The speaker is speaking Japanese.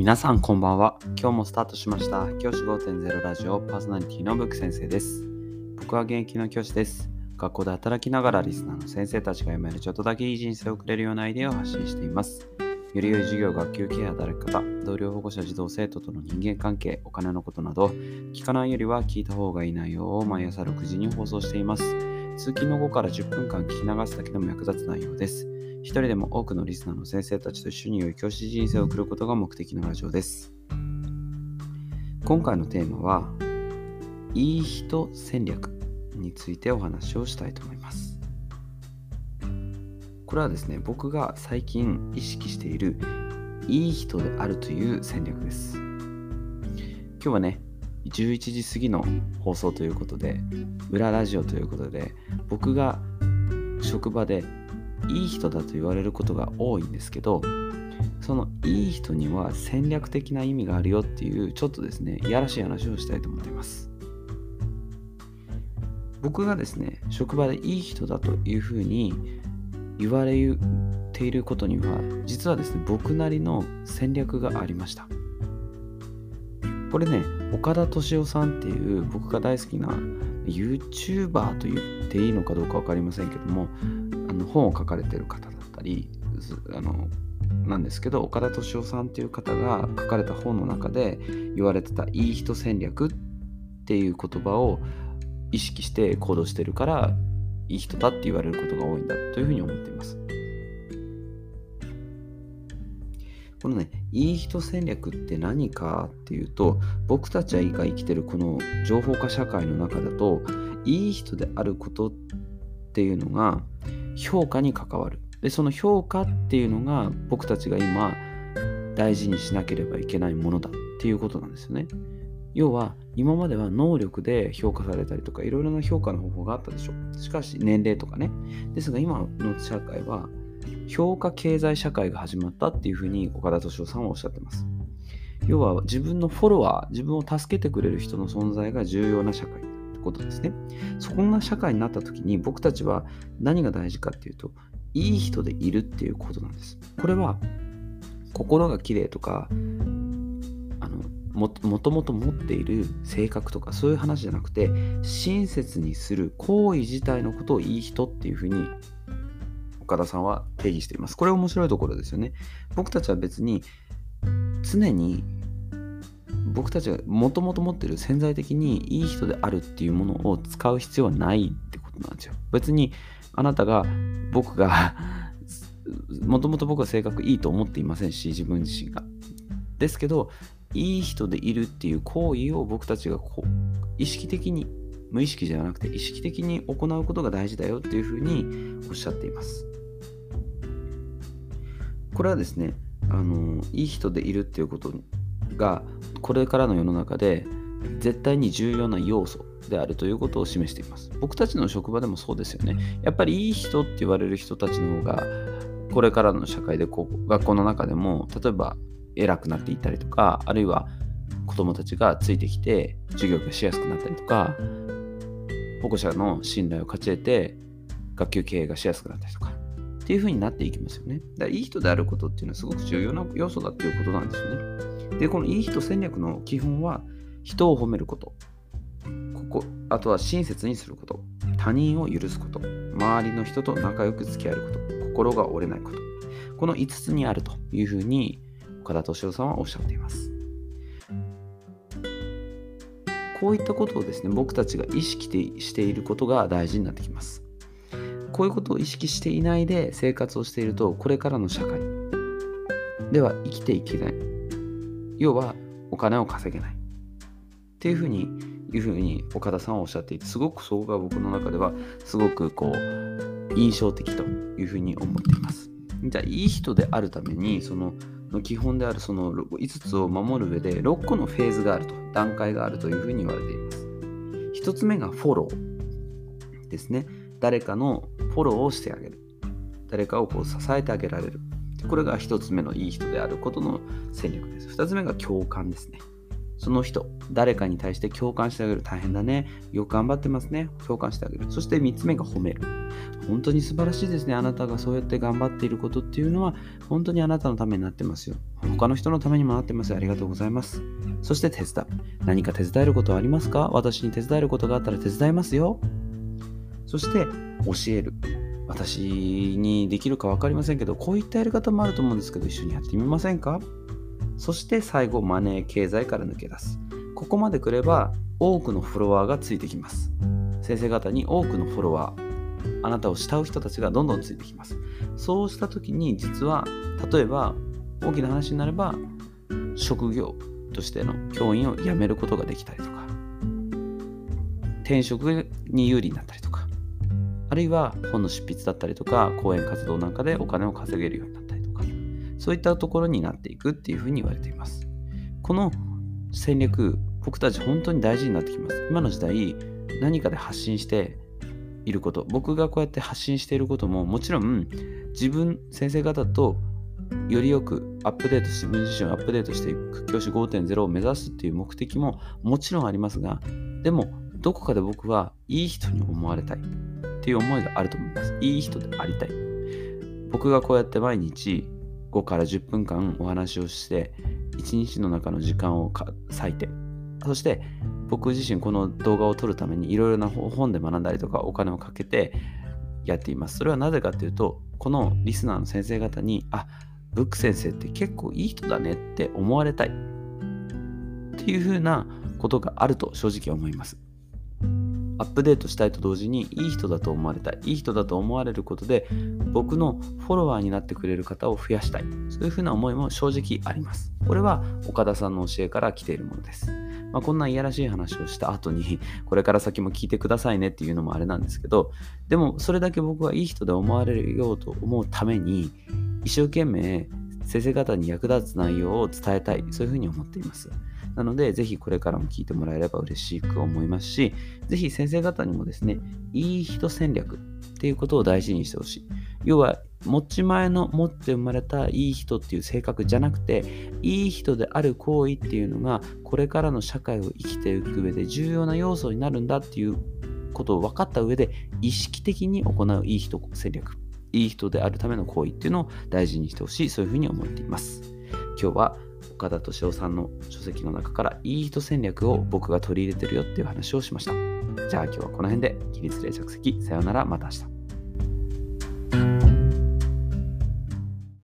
皆さんこんばんは。今日もスタートしました教師 5.0 ラジオパーソナリティのブック先生です。僕は現役の教師です。学校で働きながらリスナーの先生たちが読めるちょっとだけいい人生を送れるようなアイデアを発信しています。より良い授業、学級経営、働き方、同僚、保護者、児童生徒との人間関係、お金のことなど聞かないよりは聞いた方がいい内容を毎朝6時に放送しています。通勤の後から10分間聞き流すだけでも役立つ内容です。一人でも多くのリスナーの先生たちと一緒に良い教師人生を送ることが目的のラジオです。今回のテーマは、いい人戦略についてお話をしたいと思います。これはですね、僕が最近意識しているいい人であるという戦略です。今日はね、11時過ぎの放送ということで、裏ラジオということで、僕が職場でいい人だと言われることが多いんですけど、そのいい人には戦略的な意味があるよっていうちょっとですね、いやらしい話をしたいと思っています。僕がですね、職場でいい人だというふうに言われていることには、実はですね、僕なりの戦略がありました。これね、岡田敏夫さんっていう僕が大好きな YouTuber と言っていいのかどうか分かりませんけども、本を書かれている方だったりなんですけど、岡田敏夫さんっていう方が書かれた本の中で言われてたいい人戦略っていう言葉を意識して行動してるから、いい人だって言われることが多いんだというふうに思っています。このね、いい人戦略って何かっていうと、僕たちが生きてるこの情報化社会の中だと、いい人であることっていうのが評価に関わる。で、その評価っていうのが僕たちが今大事にしなければいけないものだっていうことなんですよね。要は今までは能力で評価されたりとか、いろいろな評価の方法があったでしょ。しかし年齢とかね。ですが今の社会は評価経済社会が始まったっていうふうに岡田敏夫さんはおっしゃってます。要は自分のフォロワー、自分を助けてくれる人の存在が重要な社会ってことですね。そんな社会になった時に僕たちは何が大事かっていうと、いい人でいるっていうことなんです。これは心が綺麗とかもともと持っている性格とかそういう話じゃなくて、親切にする行為自体のことをいい人っていうふうに岡田さんは定義しています。これ面白いところですよね。僕たちは別に常に僕たちがもともと持っている潜在的にいい人であるっていうものを使う必要はないってことなんですよ。別に僕がもともと僕は性格いいと思っていませんし、自分自身がですけど、いい人でいるっていう行為を僕たちが意識的に、無意識じゃなくて意識的に行うことが大事だよっていうふうにおっしゃっています。これはですね、いい人でいるっていうことがこれからの世の中で絶対に重要な要素であるということを示しています。僕たちの職場でもそうですよね。やっぱりいい人って言われる人たちの方がこれからの社会で学校の中でも例えば偉くなっていったりとか、あるいは子どもたちがついてきて授業がしやすくなったりとか、保護者の信頼を勝ち得て学級経営がしやすくなったりとかっていう風になっていきますよね。だからいい人であることっていうのはすごく重要な要素だっていうことなんですよね。で、このいい人戦略の基本は人を褒めること、あとは親切にすること、他人を許すこと、周りの人と仲良く付き合えること、心が折れないこと、この5つにあるというふうに岡田敏夫さんはおっしゃっています。こういったことをですね、僕たちが意識していることが大事になってきます。こういうことを意識していないで生活をしていると、これからの社会では生きていけない。要はお金を稼げないっていうふうに岡田さんはおっしゃっていて、すごくそこが僕の中ではすごく印象的というふうに思っています。じゃあいい人であるためにその基本であるその5つを守る上で6個のフェーズがあると、段階があるというふうに言われています。1つ目がフォローですね。誰かのフォローをしてあげる。誰かを支えてあげられる。これが1つ目のいい人であることの戦略です。2つ目が共感ですね。 その人、誰かに対して共感してあげる。大変だね。よく頑張ってますね。共感してあげる。そして3つ目が褒める。本当に素晴らしいですね。あなたがそうやって頑張っていることっていうのは、本当にあなたのためになってますよ。他の人のためにもなってますよ。ありがとうございます。そして手伝う。何か手伝えることはありますか？私に手伝えることがあったら手伝いますよ。そして教える。私にできるか分かりませんけど、こういったやり方もあると思うんですけど、一緒にやってみませんか？そして最後、マネー経済から抜け出す。ここまで来れば多くのフォロワーがついてきます。先生方に多くのフォロワー、あなたを慕う人たちがどんどんついてきます。そうした時に実は、例えば大きな話になれば、職業としての教員を辞めることができたりとか、転職に有利になったりとか、あるいは本の執筆だったりとか、講演活動なんかでお金を稼げるようになったりとか、そういったところになっていくっていうふうに言われています。この戦略、僕たち本当に大事になってきます。今の時代、何かで発信していること、僕がこうやって発信していることも、もちろん先生方とよりよくアップデートして、自分自身をアップデートしていく、教師 5.0 を目指すっていう目的ももちろんありますが、でもどこかで僕はいい人に思われたいっていう思いがあると思います。いい人でありたい。僕がこうやって毎日5から10分間お話をして、1日の中の時間を割いて、そして僕自身この動画を撮るためにいろいろな本で学んだりとかお金をかけてやっています。それはなぜかというと、このリスナーの先生方に、ブック先生って結構いい人だねって思われたいっていうふうなことがあると正直思います。アップデートしたいと同時に、いい人だと思われたい。いい人だと思われることで、僕のフォロワーになってくれる方を増やしたい。そういうふうな思いも正直あります。これは岡田さんの教えから来ているものです。こんないやらしい話をした後に、これから先も聞いてくださいねっていうのもあれなんですけど、でもそれだけ僕はいい人で思われるようと思うために、一生懸命先生方に役立つ内容を伝えたい。そういうふうに思っています。なので、ぜひこれからも聞いてもらえれば嬉しく思いますし、ぜひ先生方にもですね、いい人戦略っていうことを大事にしてほしい。要は、持ち前の持って生まれたいい人っていう性格じゃなくて、いい人である行為っていうのが、これからの社会を生きていく上で重要な要素になるんだっていうことを分かった上で、意識的に行ういい人戦略、いい人であるための行為っていうのを大事にしてほしい、そういうふうに思っています。今日は岡田敏夫さんの書籍の中からいい人戦略を僕が取り入れてるよっていう話をしました。じゃあ今日はこの辺で起立例着席、さようなら、また明日。